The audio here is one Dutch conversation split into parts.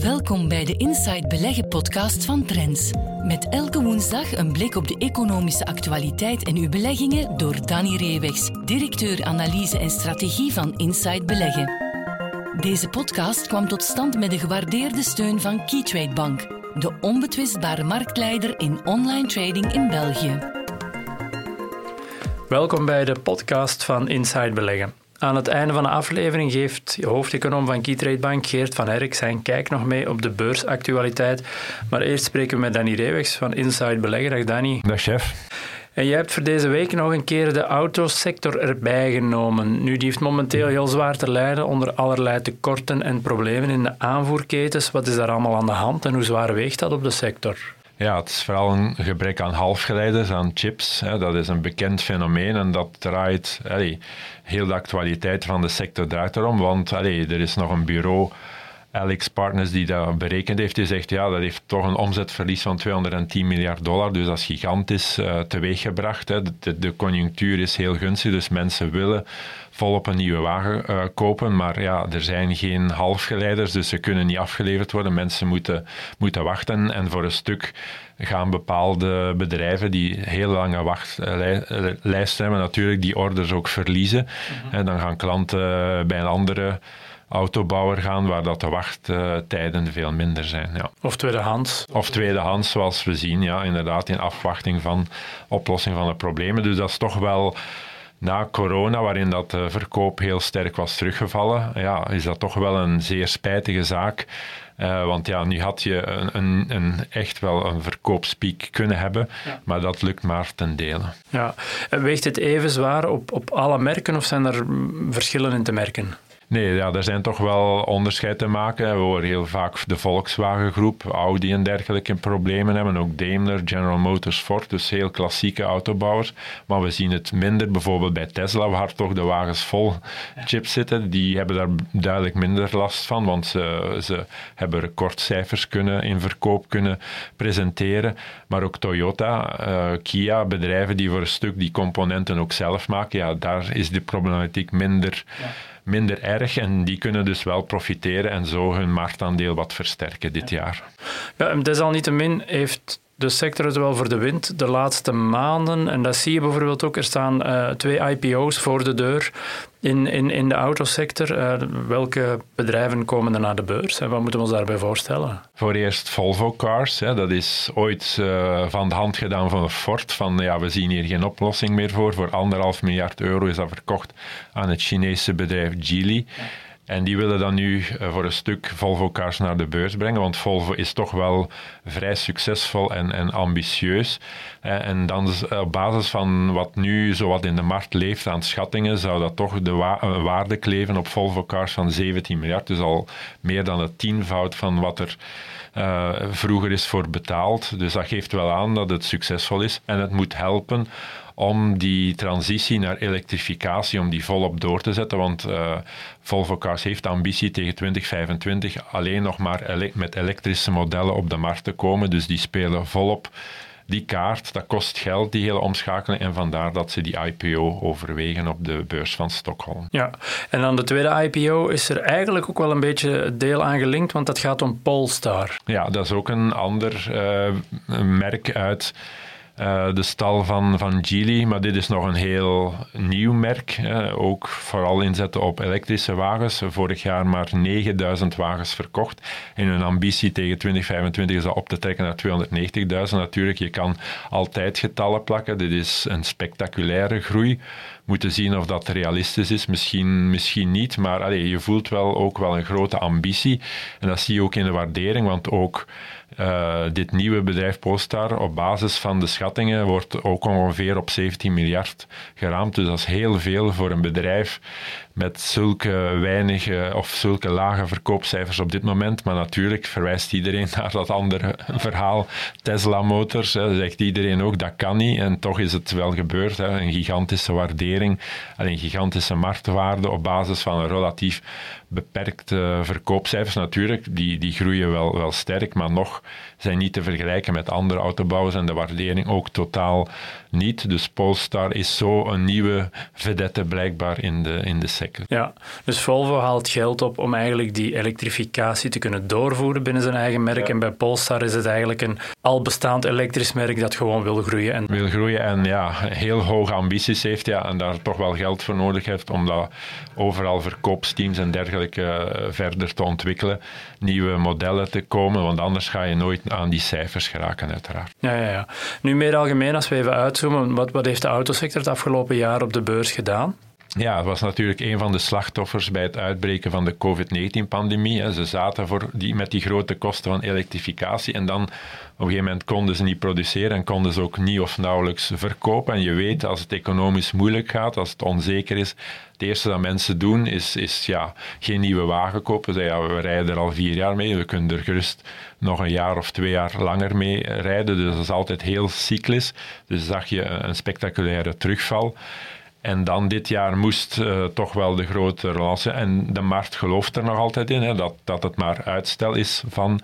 Welkom bij de Inside Beleggen podcast van Trends. Met elke woensdag een blik op de economische actualiteit en uw beleggingen door Danny Reewegs, directeur analyse en strategie van Inside Beleggen. Deze podcast kwam tot stand met de gewaardeerde steun van Keytrade Bank, de onbetwistbare marktleider in online trading in België. Welkom bij de podcast van Inside Beleggen. Aan het einde van de aflevering geeft hoofdeconoom van Keytrade Bank, Geert van Herk, zijn kijk nog mee op de beursactualiteit. Maar eerst spreken we met Danny Reewegs van Inside Beleggen. Dag Danny. Dag chef. En jij hebt voor deze week nog een keer de autosector erbij genomen. Nu, die heeft momenteel heel zwaar te lijden onder allerlei tekorten en problemen in de aanvoerketens. Wat is daar allemaal aan de hand en hoe zwaar weegt dat op de sector? Ja, het is vooral een gebrek aan halfgeleiders, aan chips. Dat is een bekend fenomeen en dat draait... heel de actualiteit van de sector draait erom, want er is nog een bureau, AlixPartners, die dat berekend heeft. Die zegt, ja, dat heeft toch een omzetverlies van $210 miljard. Dus dat is gigantisch teweeggebracht. De conjunctuur is heel gunstig, dus mensen willen volop een nieuwe wagen kopen. Maar ja, er zijn geen halfgeleiders, dus ze kunnen niet afgeleverd worden. Mensen moeten wachten. En voor een stuk gaan bepaalde bedrijven die heel lange wachtlijsten hebben, natuurlijk die orders ook verliezen. Mm-hmm. Dan gaan klanten bij een andere autobouwer gaan, waar dat de wachttijden veel minder zijn. Ja. Of tweedehands. Of tweedehands, zoals we zien, ja, inderdaad, in afwachting van oplossing van de problemen. Dus dat is toch wel, na corona, waarin dat de verkoop heel sterk was teruggevallen, ja, is dat toch wel een zeer spijtige zaak. Want ja, nu had je echt wel een verkoopspiek kunnen hebben, ja, maar dat lukt maar ten dele. Ja. En weegt het even zwaar op alle merken of zijn er verschillen in te merken? Nee, ja, er zijn toch wel onderscheid te maken. We horen heel vaak de Volkswagen-groep, Audi en dergelijke problemen hebben. Ook Daimler, General Motors, Ford, dus heel klassieke autobouwers. Maar we zien het minder bijvoorbeeld bij Tesla, waar toch de wagens vol chips zitten. Die hebben daar duidelijk minder last van, want ze hebben recordcijfers in verkoop kunnen presenteren. Maar ook Toyota, Kia, bedrijven die voor een stuk die componenten ook zelf maken, ja, daar is de problematiek minder erg en die kunnen dus wel profiteren en zo hun marktaandeel wat versterken dit jaar. Ja, desalniettemin heeft de sector het wel voor de wind de laatste maanden. En dat zie je bijvoorbeeld ook. Er staan 2 IPO's voor de deur in de autosector. Welke bedrijven komen er naar de beurs? En wat moeten we ons daarbij voorstellen? Voor eerst Volvo Cars. Dat is ooit van de hand gedaan van Ford. We zien hier geen oplossing meer voor. Voor €1,5 miljard is dat verkocht aan het Chinese bedrijf Geely. Ja. En die willen dan nu voor een stuk Volvo Cars naar de beurs brengen, want Volvo is toch wel vrij succesvol en ambitieus. En dan op basis van wat nu zowat in de markt leeft aan schattingen, zou dat toch de waarde kleven op Volvo Cars van 17 miljard. Dus al meer dan het 10-voud van wat er vroeger is voor betaald. Dus dat geeft wel aan dat het succesvol is. En het moet helpen om die transitie naar elektrificatie, om die volop door te zetten. Want Volvo Cars heeft de ambitie tegen 2025 alleen nog maar met elektrische modellen op de markt te komen. Dus die spelen volop die kaart. Dat kost geld, die hele omschakeling. En vandaar dat ze die IPO overwegen op de beurs van Stockholm. Ja, en aan de tweede IPO is er eigenlijk ook wel een beetje deel aan gelinkt, want dat gaat om Polestar. Ja, dat is ook een ander merk uit de stal van Geely, maar dit is nog een heel nieuw merk. Ook vooral inzetten op elektrische wagens. Vorig jaar maar 9000 wagens verkocht. En hun ambitie tegen 2025 is dat op te trekken naar 290.000. Natuurlijk, je kan altijd getallen plakken. Dit is een spectaculaire groei. Moeten zien of dat realistisch is. Misschien niet, maar je voelt ook wel een grote ambitie. En dat zie je ook in de waardering, want ook dit nieuwe bedrijf Polestar, op basis van de schattingen, wordt ook ongeveer op 17 miljard geraamd. Dus dat is heel veel voor een bedrijf met zulke lage verkoopcijfers op dit moment. Maar natuurlijk verwijst iedereen naar dat andere verhaal. Tesla Motors, zegt iedereen ook, dat kan niet. En toch is het wel gebeurd. Een gigantische waardering, een gigantische marktwaarde op basis van een relatief beperkte verkoopcijfers. Natuurlijk, die groeien wel sterk, maar nog zijn niet te vergelijken met andere autobouwers en de waardering ook totaal niet. Dus Polestar is zo een nieuwe vedette blijkbaar in de sector. sector. Ja, dus Volvo haalt geld op om eigenlijk die elektrificatie te kunnen doorvoeren binnen zijn eigen merk. En bij Polestar is het eigenlijk een al bestaand elektrisch merk dat gewoon wil groeien. Wil groeien en heel hoge ambities heeft en daar toch wel geld voor nodig heeft om dat overal verkoopsteams en dergelijke verder te ontwikkelen, nieuwe modellen te komen, want anders ga je nooit aan die cijfers geraken uiteraard. Ja. Nu meer algemeen, als we even uitzoomen, wat heeft de autosector het afgelopen jaar op de beurs gedaan? Ja, het was natuurlijk een van de slachtoffers bij het uitbreken van de COVID-19-pandemie. Ze zaten met die grote kosten van elektrificatie en dan op een gegeven moment konden ze niet produceren en konden ze ook niet of nauwelijks verkopen. En je weet, als het economisch moeilijk gaat, als het onzeker is, het eerste dat mensen doen is geen nieuwe wagen kopen. We rijden er al 4 jaar mee, we kunnen er gerust nog 1 jaar of 2 jaar langer mee rijden. Dus dat is altijd heel cyclisch. Dus zag je een spectaculaire terugval. En dan dit jaar moest toch wel de grote relance. En de markt gelooft er nog altijd in, dat het maar uitstel is van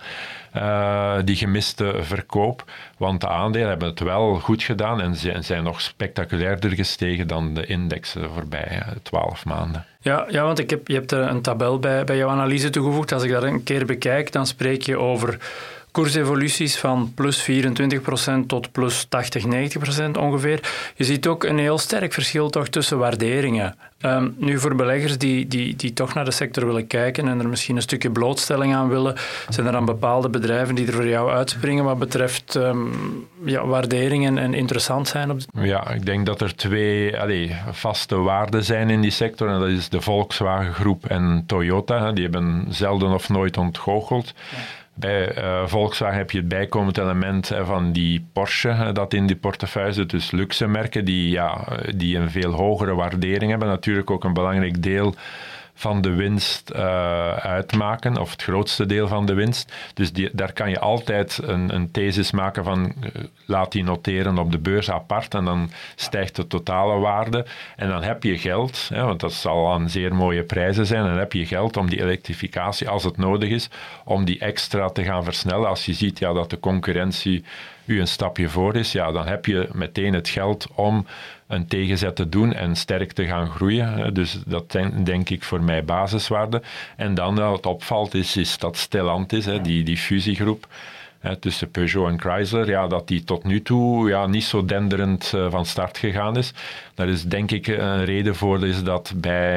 die gemiste verkoop. Want de aandelen hebben het wel goed gedaan en zijn nog spectaculairder gestegen dan de index de voorbije 12 maanden. Ja, want je hebt er een tabel bij jouw analyse toegevoegd. Als ik dat een keer bekijk, dan spreek je over koersevoluties van plus 24% tot plus 80-90% ongeveer. Je ziet ook een heel sterk verschil toch tussen waarderingen. Nu voor beleggers die toch naar de sector willen kijken en er misschien een stukje blootstelling aan willen, zijn er dan bepaalde bedrijven die er voor jou uitspringen wat betreft waarderingen en interessant zijn? Ja, ik denk dat er 2 vaste waarden zijn in die sector en dat is de Volkswagen Groep en Toyota. Die hebben zelden of nooit ontgoocheld. Ja. Bij Volkswagen heb je het bijkomend element van die Porsche dat in die portefeuille zit, dus luxe merken die een veel hogere waardering hebben. Natuurlijk ook een belangrijk deel van de winst uitmaken, of het grootste deel van de winst. Dus daar kan je altijd een thesis maken van laat die noteren op de beurs apart en dan stijgt de totale waarde. En dan heb je geld, want dat zal aan zeer mooie prijzen zijn, en dan heb je geld om die elektrificatie, als het nodig is, om die extra te gaan versnellen. Als je ziet dat de concurrentie u een stapje voor is, dan heb je meteen het geld om een tegenzet te doen en sterk te gaan groeien. Dus dat denk ik voor mij basiswaarde. En dan wat opvalt is dat Stellantis, die fusiegroep tussen Peugeot en Chrysler, dat die tot nu toe niet zo denderend van start gegaan is. Daar is denk ik een reden voor, is dat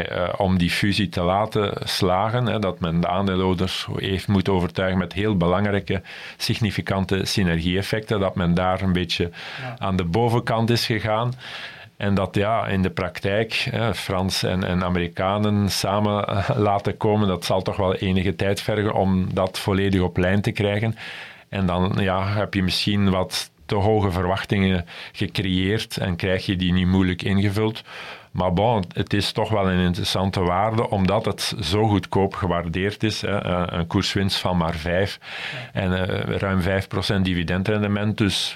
om die fusie te laten slagen, dat men de aandeelhouders heeft moeten overtuigen met heel belangrijke, significante synergie-effecten, dat men daar een beetje aan de bovenkant is gegaan. En dat in de praktijk Frans en Amerikanen samen laten komen, dat zal toch wel enige tijd vergen om dat volledig op lijn te krijgen. En dan heb je misschien wat te hoge verwachtingen gecreëerd en krijg je die niet moeilijk ingevuld. Maar bon, het is toch wel een interessante waarde, omdat het zo goedkoop gewaardeerd is. Een koerswinst van maar 5 en ruim 5% dividendrendement. Dus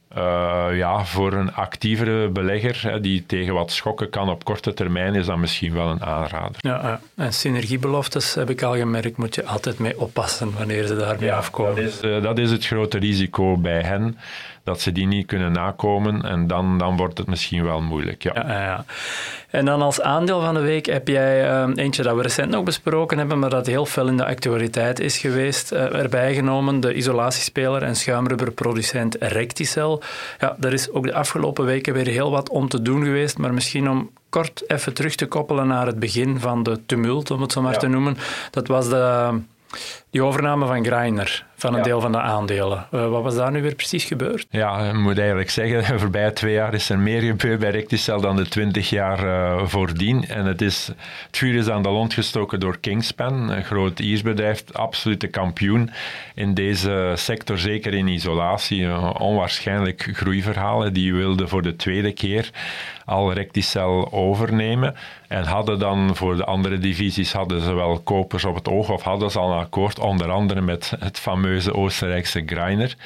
voor een actievere belegger die tegen wat schokken kan op korte termijn, is dat misschien wel een aanrader. Ja, en synergiebeloftes, heb ik al gemerkt, moet je altijd mee oppassen wanneer ze daarmee afkomen. Dat is het grote risico bij hen, dat ze die niet kunnen nakomen en dan wordt het misschien wel moeilijk. Ja. En dan als aandeel van de week heb jij eentje dat we recent nog besproken hebben, maar dat heel veel in de actualiteit is geweest, erbij genomen, de isolatiespeler en schuimrubberproducent Recticel. Ja, daar is ook de afgelopen weken weer heel wat om te doen geweest, maar misschien om kort even terug te koppelen naar het begin van de tumult, om het zo maar te noemen. Dat was die overname van Grainger, van een deel van de aandelen. Wat was daar nu weer precies gebeurd? Ja, ik moet eigenlijk zeggen, de voorbije 2 jaar is er meer gebeurd bij Recticel dan de 20 jaar voordien. En het vuur is aan de lont gestoken door Kingspan, een groot Iersbedrijf, absolute kampioen in deze sector, zeker in isolatie. Een onwaarschijnlijk groeiverhaal. Die wilde voor de 2e keer al Recticel overnemen. En hadden dan voor de andere divisies hadden ze wel kopers op het oog, of hadden ze al een akkoord, onder andere met het fameuze Oostenrijkse Grainger.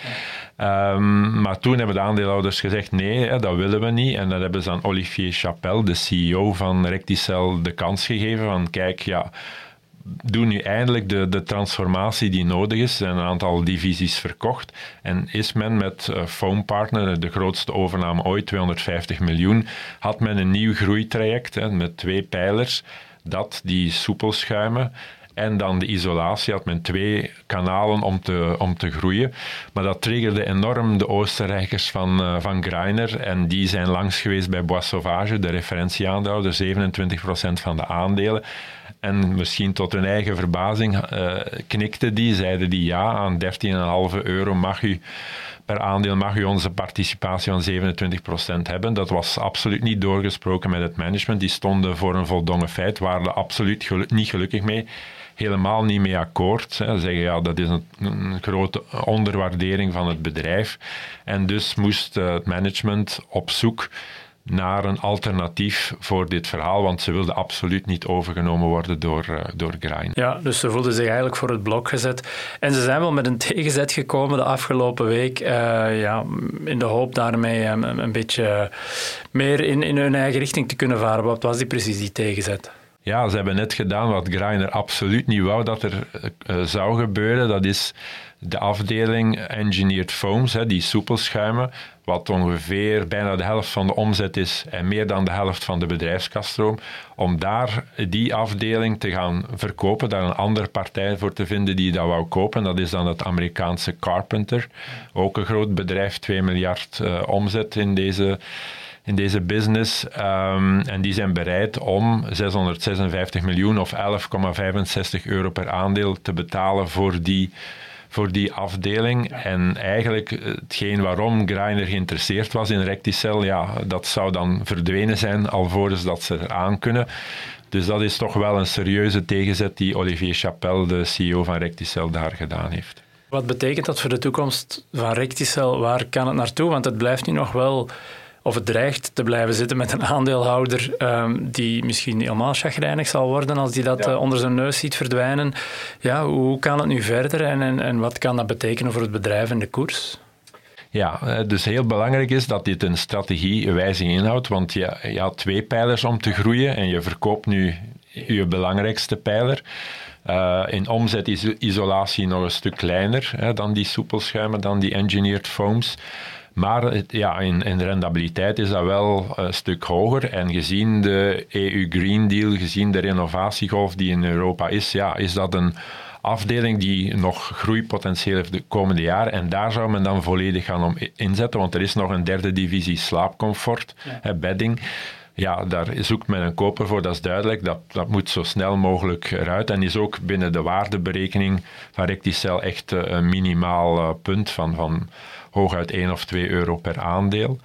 Maar toen hebben de aandeelhouders gezegd, nee, dat willen we niet. En dan hebben ze aan Olivier Chapelle, de CEO van Recticel, de kans gegeven van, kijk, doe nu eindelijk de transformatie die nodig is. Er zijn een aantal divisies verkocht. En is men met Foam Partner, de grootste overname ooit, 250 miljoen, had men een nieuw groeitraject met 2 pijlers. dat, die soepelschuimen, en dan de isolatie, had men 2 kanalen om te groeien. Maar dat triggerde enorm de Oostenrijkers van Greiner. En die zijn langs geweest bij Bois Sauvage, de referentieaandeel, 27% van de aandelen. En misschien tot hun eigen verbazing knikten die, zeiden die ja, aan €13,5 per aandeel mag u onze participatie van 27% hebben. Dat was absoluut niet doorgesproken met het management. Die stonden voor een voldongen feit, waren er absoluut niet gelukkig mee. Helemaal niet mee akkoord. Ze zeggen, ja, dat is een grote onderwaardering van het bedrijf. En dus moest het management op zoek naar een alternatief voor dit verhaal, want ze wilden absoluut niet overgenomen worden door Greiner. Ja, dus ze voelden zich eigenlijk voor het blok gezet. En ze zijn wel met een tegenzet gekomen de afgelopen week, in de hoop daarmee een beetje meer in hun eigen richting te kunnen varen. Wat was precies die tegenzet? Ja, ze hebben net gedaan wat Greiner absoluut niet wou dat er zou gebeuren. Dat is de afdeling Engineered Foams, die soepelschuimen, wat ongeveer bijna de helft van de omzet is en meer dan de helft van de bedrijfskasstroom, om daar die afdeling te gaan verkopen, daar een andere partij voor te vinden die dat wou kopen. Dat is dan het Amerikaanse Carpenter, ook een groot bedrijf, 2 miljard omzet in deze business. En die zijn bereid om 656 miljoen of €11,65 per aandeel te betalen voor die afdeling. En eigenlijk hetgeen waarom Greiner geïnteresseerd was in Recticel, ja, dat zou dan verdwenen zijn alvorens dat ze eraan kunnen. Dus dat is toch wel een serieuze tegenzet die Olivier Chapelle, de CEO van Recticel, daar gedaan heeft. Wat betekent dat voor de toekomst van Recticel? Waar kan het naartoe? Want het blijft nu nog wel, of het dreigt te blijven zitten met een aandeelhouder die misschien helemaal chagrijnig zal worden als hij dat onder zijn neus ziet verdwijnen. Ja, hoe kan het nu verder en wat kan dat betekenen voor het bedrijf en de koers? Ja, dus heel belangrijk is dat dit een strategiewijziging inhoudt, want je had 2 pijlers om te groeien en je verkoopt nu je belangrijkste pijler. In omzet is isolatie nog een stuk kleiner dan die soepelschuimen, dan die engineered foams. Maar in rendabiliteit is dat wel een stuk hoger. En gezien de EU Green Deal, gezien de renovatiegolf die in Europa is dat een afdeling die nog groeipotentieel heeft de komende jaren. En daar zou men dan volledig gaan inzetten, want er is nog een 3e divisie slaapcomfort, bedding. Ja, daar zoekt men een koper voor, dat is duidelijk. Dat moet zo snel mogelijk eruit. En is ook binnen de waardeberekening van Recticel echt een minimaal punt van hooguit €1 of €2 per aandeel.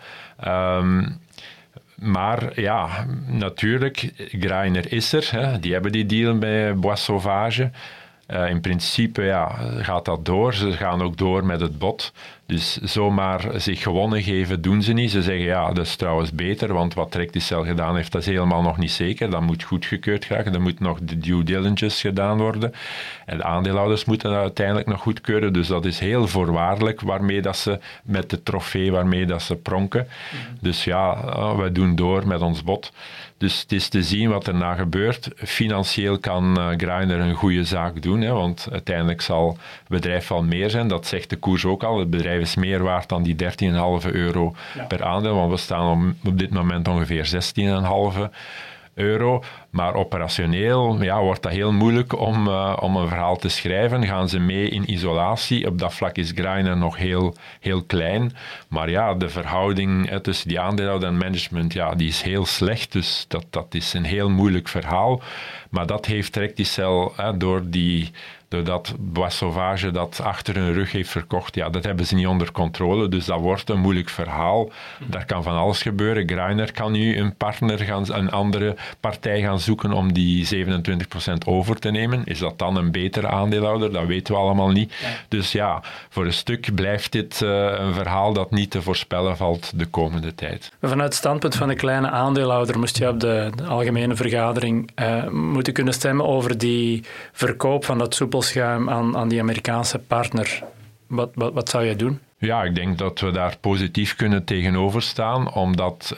Maar ja, natuurlijk, Greiner is er. Die hebben die deal bij Bois Sauvage. In principe gaat dat door. Ze gaan ook door met het bod. Dus zomaar zich gewonnen geven doen ze niet. Ze zeggen, dat is trouwens beter, want wat Recticel gedaan heeft, dat is helemaal nog niet zeker. Dat moet goedgekeurd raken. Er moet nog de due diligence gedaan worden. En de aandeelhouders moeten dat uiteindelijk nog goedkeuren. Dus dat is heel voorwaardelijk waarmee dat ze, met de trofee waarmee dat ze pronken. Dus wij doen door met ons bod. Dus het is te zien wat erna gebeurt. Financieel kan Greiner een goede zaak doen, want uiteindelijk zal het bedrijf wel meer zijn. Dat zegt de koers ook al. Het bedrijf is meer waard dan die €13,5 per aandeel, want we staan op dit moment ongeveer €16,5. Maar operationeel wordt dat heel moeilijk om een verhaal te schrijven. Gaan ze mee in isolatie? Op dat vlak is Greiner nog heel, heel klein. Maar de verhouding tussen die aandeelhouder en management, die is heel slecht. Dus dat is een heel moeilijk verhaal. Maar dat heeft Recticel doordat Bois Sauvage dat achter hun rug heeft verkocht, dat hebben ze niet onder controle. Dus dat wordt een moeilijk verhaal. Daar kan van alles gebeuren. Greiner kan nu een andere partij gaan zoeken om die 27% over te nemen. Is dat dan een betere aandeelhouder? Dat weten we allemaal niet. Ja. Dus voor een stuk blijft dit een verhaal dat niet te voorspellen valt de komende tijd. Vanuit het standpunt van de kleine aandeelhouder moest je op de algemene vergadering moeten kunnen stemmen over die verkoop van dat soepelschuim aan die Amerikaanse partner. Wat zou jij doen? Ja, ik denk dat we daar positief kunnen tegenover staan, omdat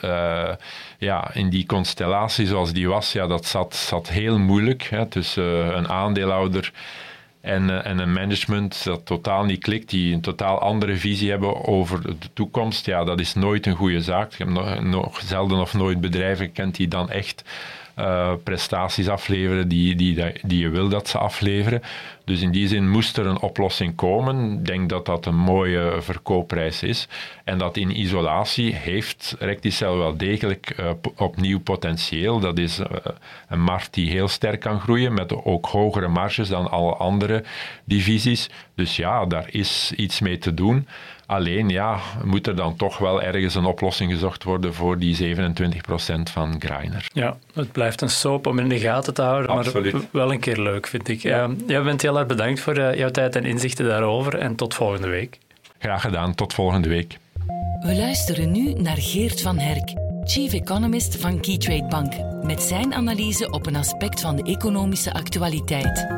in die constellatie zoals die was, dat zat heel moeilijk tussen een aandeelhouder en een management dat totaal niet klikt, die een totaal andere visie hebben over de toekomst. Dat is nooit een goede zaak. Ik heb nog zelden of nooit bedrijven gekend die dan echt prestaties afleveren die je wil dat ze afleveren. Dus in die zin moest er een oplossing komen. Ik denk dat dat een mooie verkoopprijs is. En dat in isolatie heeft Recticel wel degelijk opnieuw potentieel. Dat is een markt die heel sterk kan groeien, met ook hogere marges dan alle andere divisies. Dus ja, daar is iets mee te doen. Alleen, ja, moet er dan toch wel ergens een oplossing gezocht worden voor die 27% van Greiner. Ja, het blijft een soap om in de gaten te houden, Absoluut. Maar wel een keer leuk, vind ik. Jij bent heel erg bedankt voor jouw tijd en inzichten daarover en tot volgende week. Graag gedaan, tot volgende week. We luisteren nu naar Geert van Herk, Chief Economist van Keytrade Bank, met zijn analyse op een aspect van de economische actualiteit.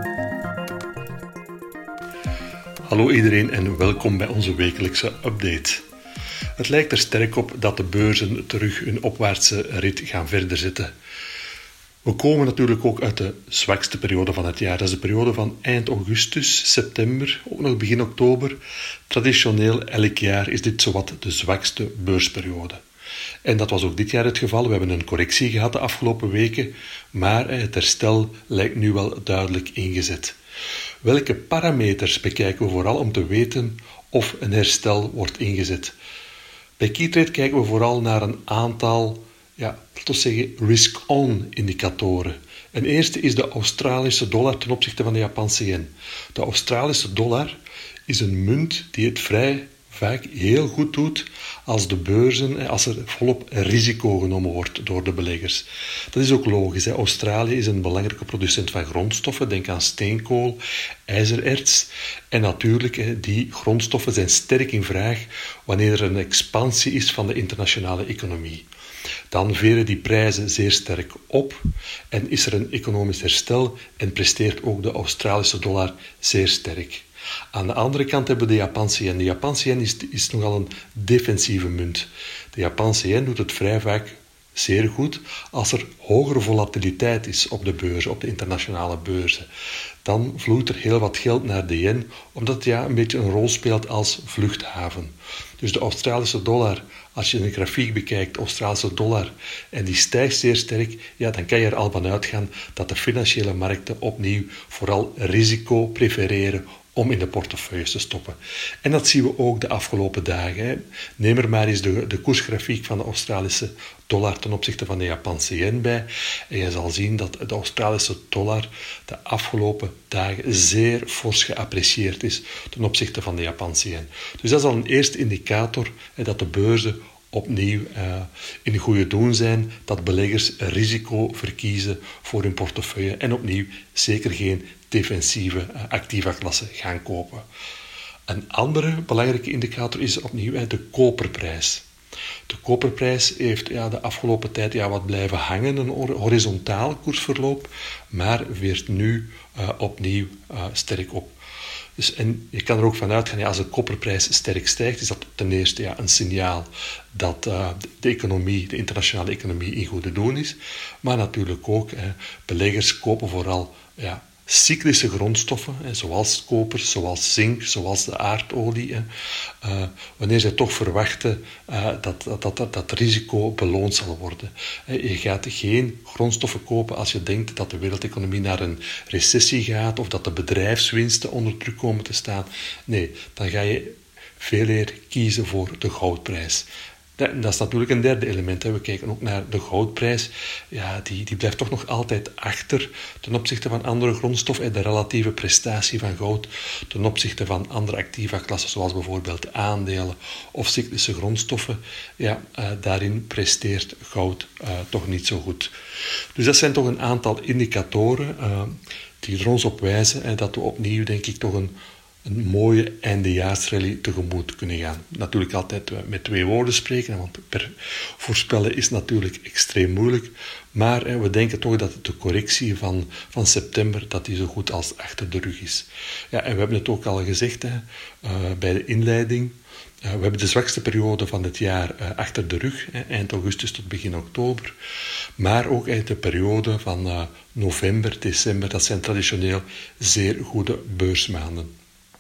Hallo iedereen en welkom bij onze wekelijkse update. Het lijkt er sterk op dat de beurzen terug hun opwaartse rit gaan verder zetten. We komen natuurlijk ook uit de zwakste periode van het jaar. Dat is de periode van eind augustus, september, ook nog begin oktober. Traditioneel elk jaar is dit zowat de zwakste beursperiode. En dat was ook dit jaar het geval. We hebben een correctie gehad de afgelopen weken, maar het herstel lijkt nu wel duidelijk ingezet. Welke parameters bekijken we vooral om te weten of een herstel wordt ingezet? Bij Keytrade kijken we vooral naar een aantal, laten we zeggen, risk-on indicatoren. Een eerste is de Australische dollar ten opzichte van de Japanse yen. De Australische dollar is een munt die het vrij vaak heel goed doet als de beurzen, als er volop risico genomen wordt door de beleggers. Dat is ook logisch. Australië is een belangrijke producent van grondstoffen. Denk aan steenkool, ijzererts. En natuurlijk, die grondstoffen zijn sterk in vraag wanneer er een expansie is van de internationale economie. Dan veren die prijzen zeer sterk op en is er een economisch herstel en presteert ook de Australische dollar zeer sterk. Aan de andere kant hebben we de Japanse yen. De Japanse yen is nogal een defensieve munt. De Japanse yen doet het vrij vaak zeer goed als er hogere volatiliteit is op de beurzen, op de internationale beurzen. Dan vloeit er heel wat geld naar de yen, omdat het een beetje een rol speelt als vluchthaven. Dus de Australische dollar, als je een grafiek bekijkt, Australische dollar, en die stijgt zeer sterk, dan kan je er al van uitgaan dat de financiële markten opnieuw vooral risico prefereren om in de portefeuilles te stoppen. En dat zien we ook de afgelopen dagen. Neem er maar eens de koersgrafiek van de Australische dollar ten opzichte van de Japanse yen bij. En je zal zien dat de Australische dollar de afgelopen dagen zeer fors geapprecieerd is ten opzichte van de Japanse yen. Dus dat is al een eerste indicator dat de beurzen opnieuw in goede doen zijn, dat beleggers risico verkiezen voor hun portefeuille en opnieuw zeker geen defensieve activa-klassen gaan kopen. Een andere belangrijke indicator is opnieuw de koperprijs. De koperprijs heeft de afgelopen tijd wat blijven hangen, een horizontaal koersverloop, maar veert nu opnieuw sterk op. Dus, en je kan er ook van uitgaan, als de koperprijs sterk stijgt, is dat ten eerste een signaal dat de internationale economie in goede doen is. Maar natuurlijk ook, beleggers kopen vooral cyclische grondstoffen, zoals koper, zoals zink, zoals de aardolie. Wanneer zij toch verwachten dat risico beloond zal worden. Je gaat geen grondstoffen kopen als je denkt dat de wereldeconomie naar een recessie gaat of dat de bedrijfswinsten onder druk komen te staan. Nee, dan ga je veel eer kiezen voor de goudprijs. Dat is natuurlijk een derde element. We kijken ook naar de goudprijs. Die blijft toch nog altijd achter ten opzichte van andere grondstoffen. De relatieve prestatie van goud ten opzichte van andere activa-klassen, zoals bijvoorbeeld aandelen of cyclische grondstoffen. Daarin presteert goud toch niet zo goed. Dus dat zijn toch een aantal indicatoren die er ons op wijzen dat we opnieuw, denk ik, toch een mooie eindejaarsrally tegemoet kunnen gaan. Natuurlijk altijd met 2 woorden spreken, want voorspellen is natuurlijk extreem moeilijk. Maar we denken toch dat de correctie van september dat die zo goed als achter de rug is. En we hebben het ook al gezegd bij de inleiding. We hebben de zwakste periode van het jaar achter de rug, eind augustus tot begin oktober. Maar ook de periode van november, december, dat zijn traditioneel zeer goede beursmaanden.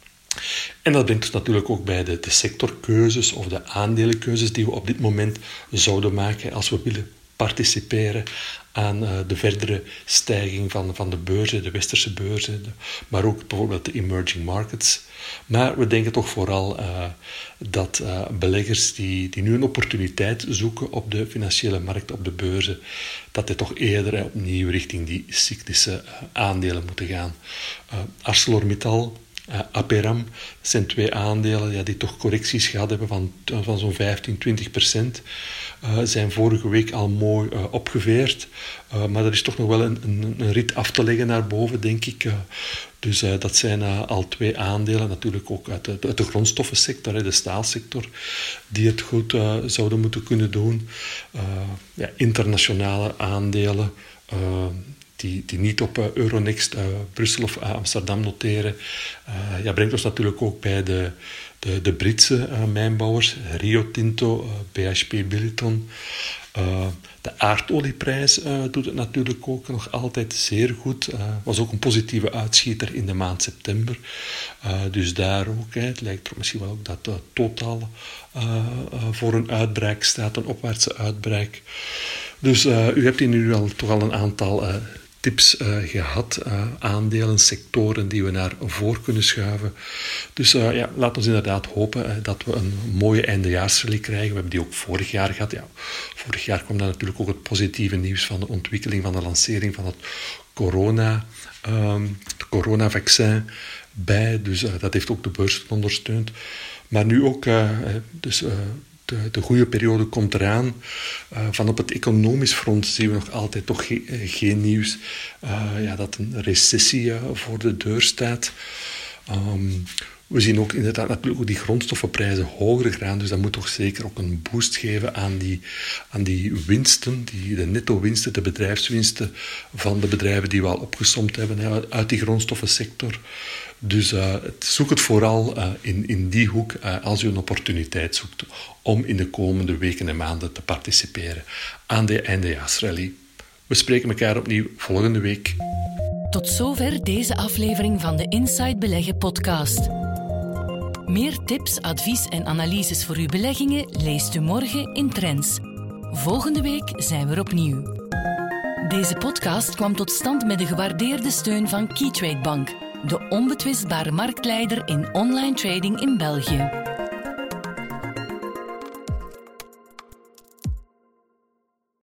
En dat brengt ons natuurlijk ook bij de sectorkeuzes of de aandelenkeuzes die we op dit moment zouden maken als we willen participeren aan de verdere stijging van de beurzen, de westerse beurzen, maar ook bijvoorbeeld de emerging markets. Maar we denken toch vooral dat beleggers die nu een opportuniteit zoeken op de financiële markt, op de beurzen, dat die toch eerder opnieuw richting die cyclische aandelen moeten gaan. ArcelorMittal, Aperam, dat zijn 2 aandelen die toch correcties gehad hebben van zo'n 15-20%. Zijn vorige week al mooi opgeveerd. Maar er is toch nog wel een rit af te leggen naar boven, denk ik. Dus dat zijn al 2 aandelen, natuurlijk ook uit de grondstoffensector, de staalsector, die het goed zouden moeten kunnen doen. Internationale aandelen die niet op Euronext, Brussel of Amsterdam noteren. Brengt ons natuurlijk ook bij de Britse mijnbouwers, Rio Tinto, BHP Billiton. De aardolieprijs doet het natuurlijk ook nog altijd zeer goed. Was ook een positieve uitschieter in de maand september. Dus daar ook, het lijkt er misschien wel ook dat Total voor een uitbraak staat, een opwaartse uitbraak. Dus u hebt hier nu toch al een aantal tips gehad, aandelen, sectoren die we naar voren kunnen schuiven. Dus laat ons inderdaad hopen dat we een mooie eindejaarsrally krijgen. We hebben die ook vorig jaar gehad. Ja, vorig jaar kwam dan natuurlijk ook het positieve nieuws van de ontwikkeling van de lancering van het coronavaccin bij. Dus dat heeft ook de beurs ondersteund. Maar nu ook de goede periode komt eraan. Van op het economisch front zien we nog altijd toch geen nieuws dat een recessie voor de deur staat. We zien ook inderdaad natuurlijk ook die grondstoffenprijzen hoger gaan, dus dat moet toch zeker ook een boost geven aan die winsten, de netto-winsten, de bedrijfswinsten van de bedrijven die we al opgesomd hebben uit die grondstoffensector. Dus zoek het vooral in die hoek als u een opportuniteit zoekt om in de komende weken en maanden te participeren aan de eindejaarsrally. We spreken elkaar opnieuw volgende week. Tot zover deze aflevering van de Inside Beleggen podcast. Meer tips, advies en analyses voor uw beleggingen leest u morgen in Trends. Volgende week zijn we er opnieuw. Deze podcast kwam tot stand met de gewaardeerde steun van Keytrade Bank, de onbetwistbare marktleider in online trading in België.